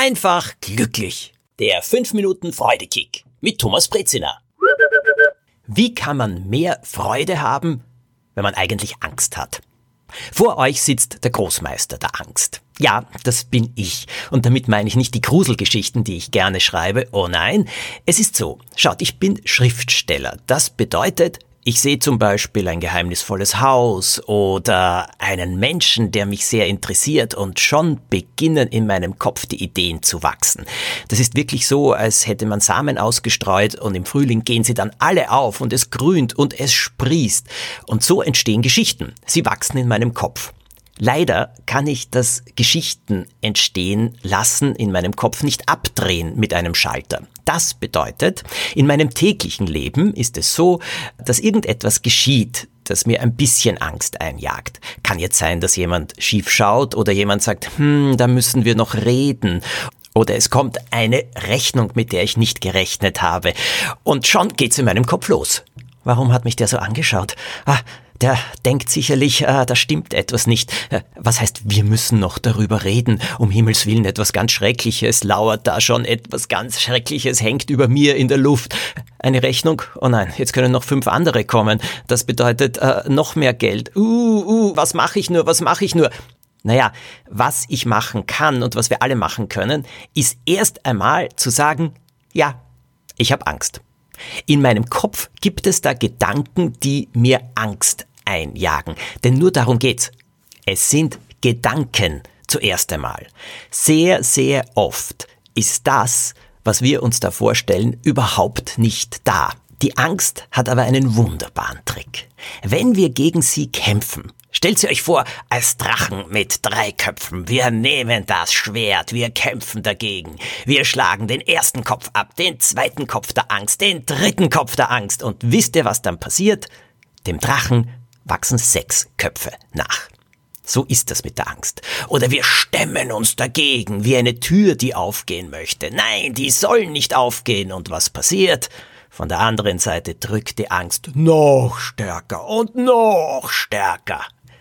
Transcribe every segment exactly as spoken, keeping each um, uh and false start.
einfach glücklich. Der fünf Minuten Freudekick mit Thomas Brezina. Wie kann man mehr Freude haben, wenn man eigentlich Angst hat? Vor euch sitzt der Großmeister der Angst. Ja, das bin ich. Und damit meine ich nicht die Gruselgeschichten, die ich gerne schreibe. Oh nein, es ist so. Schaut, ich bin Schriftsteller. Das bedeutet, ich sehe zum Beispiel ein geheimnisvolles Haus oder einen Menschen, der mich sehr interessiert, und schon beginnen in meinem Kopf die Ideen zu wachsen. Das ist wirklich so, als hätte man Samen ausgestreut und im Frühling gehen sie dann alle auf und es grünt und es sprießt. Und so entstehen Geschichten. Sie wachsen in meinem Kopf. Leider kann ich das Geschichten entstehen lassen in meinem Kopf nicht abdrehen mit einem Schalter. Das bedeutet, in meinem täglichen Leben ist es so, dass irgendetwas geschieht, das mir ein bisschen Angst einjagt. Kann jetzt sein, dass jemand schief schaut oder jemand sagt, hm, da müssen wir noch reden. Oder es kommt eine Rechnung, mit der ich nicht gerechnet habe. Und schon geht's in meinem Kopf los. Warum hat mich der so angeschaut? Ah, der denkt sicherlich, ah, da stimmt etwas nicht. Was heißt, wir müssen noch darüber reden? Um Himmels Willen, etwas ganz Schreckliches lauert da schon, etwas ganz Schreckliches hängt über mir in der Luft. Eine Rechnung? Oh nein, jetzt können noch fünf andere kommen. Das bedeutet äh, noch mehr Geld. Uh, uh, was mache ich nur, was mache ich nur? Naja, was ich machen kann und was wir alle machen können, ist erst einmal zu sagen, ja, ich habe Angst. In meinem Kopf gibt es da Gedanken, die mir Angst einjagen. Denn nur darum geht's. Es sind Gedanken zuerst einmal. Sehr, sehr oft ist das, was wir uns da vorstellen, überhaupt nicht da. Die Angst hat aber einen wunderbaren Trick. Wenn wir gegen sie kämpfen, stellt sie euch vor, als Drachen mit drei Köpfen. Wir nehmen das Schwert, wir kämpfen dagegen. Wir schlagen den ersten Kopf ab, den zweiten Kopf der Angst, den dritten Kopf der Angst. Und wisst ihr, was dann passiert? Dem Drachen wachsen sechs Köpfe nach. So ist das mit der Angst. Oder wir stemmen uns dagegen, wie eine Tür, die aufgehen möchte. Nein, die soll nicht aufgehen. Und was passiert? Von der anderen Seite drückt die Angst noch stärker und noch stärker.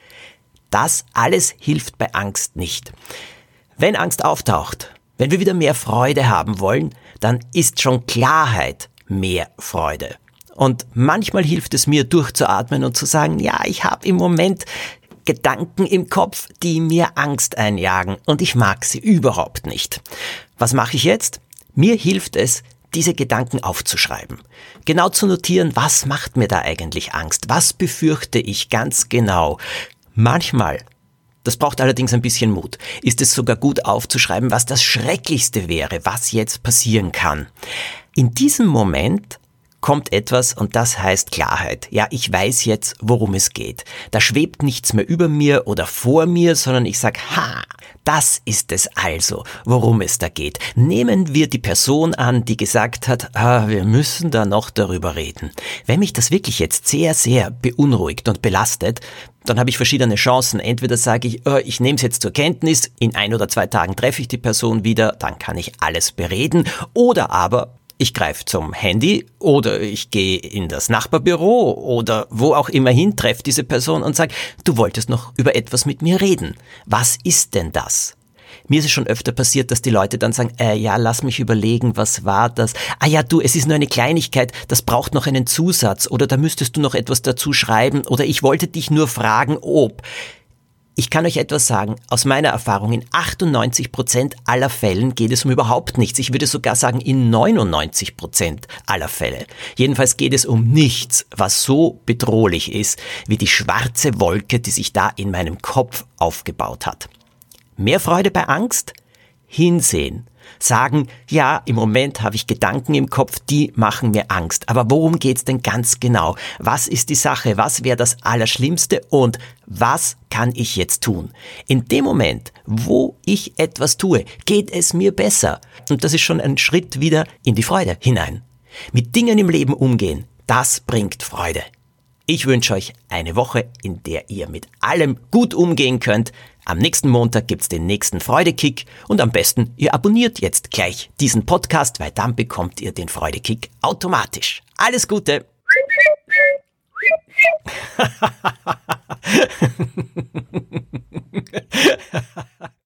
Das alles hilft bei Angst nicht. Wenn Angst auftaucht, wenn wir wieder mehr Freude haben wollen, dann ist schon Klarheit mehr Freude. Und manchmal hilft es mir, durchzuatmen und zu sagen, ja, ich habe im Moment Gedanken im Kopf, die mir Angst einjagen und ich mag sie überhaupt nicht. Was mache ich jetzt? Mir hilft es, diese Gedanken aufzuschreiben. Genau zu notieren, was macht mir da eigentlich Angst? Was befürchte ich ganz genau? Manchmal, das braucht allerdings ein bisschen Mut, ist es sogar gut aufzuschreiben, was das Schrecklichste wäre, was jetzt passieren kann. In diesem Moment kommt etwas und das heißt Klarheit. Ja, ich weiß jetzt, worum es geht. Da schwebt nichts mehr über mir oder vor mir, sondern ich sag, ha, das ist es also, worum es da geht. Nehmen wir die Person an, die gesagt hat, ah, wir müssen da noch darüber reden. Wenn mich das wirklich jetzt sehr, sehr beunruhigt und belastet, dann habe ich verschiedene Chancen. Entweder sage ich, oh, ich nehme es jetzt zur Kenntnis, in ein oder zwei Tagen treffe ich die Person wieder, dann kann ich alles bereden. Oder aber ich greife zum Handy oder ich gehe in das Nachbarbüro oder wo auch immer hin, treffe diese Person und sage, du wolltest noch über etwas mit mir reden. Was ist denn das? Mir ist es schon öfter passiert, dass die Leute dann sagen, äh, ja, lass mich überlegen, was war das? Ah ja, du, es ist nur eine Kleinigkeit, das braucht noch einen Zusatz oder da müsstest du noch etwas dazu schreiben oder ich wollte dich nur fragen, ob. Ich kann euch etwas sagen, aus meiner Erfahrung, in achtundneunzig Prozent aller Fällen geht es um überhaupt nichts. Ich würde sogar sagen, in neunundneunzig Prozent aller Fälle. Jedenfalls geht es um nichts, was so bedrohlich ist, wie die schwarze Wolke, die sich da in meinem Kopf aufgebaut hat. Mehr Freude bei Angst? Hinsehen. Sagen, ja, im Moment habe ich Gedanken im Kopf, die machen mir Angst. Aber worum geht's denn ganz genau? Was ist die Sache? Was wäre das Allerschlimmste? Und was kann ich jetzt tun? In dem Moment, wo ich etwas tue, geht es mir besser. Und das ist schon ein Schritt wieder in die Freude hinein. Mit Dingen im Leben umgehen, das bringt Freude. Ich wünsche euch eine Woche, in der ihr mit allem gut umgehen könnt. Am nächsten Montag gibt's den nächsten Freudekick und am besten, ihr abonniert jetzt gleich diesen Podcast, weil dann bekommt ihr den Freudekick automatisch. Alles Gute!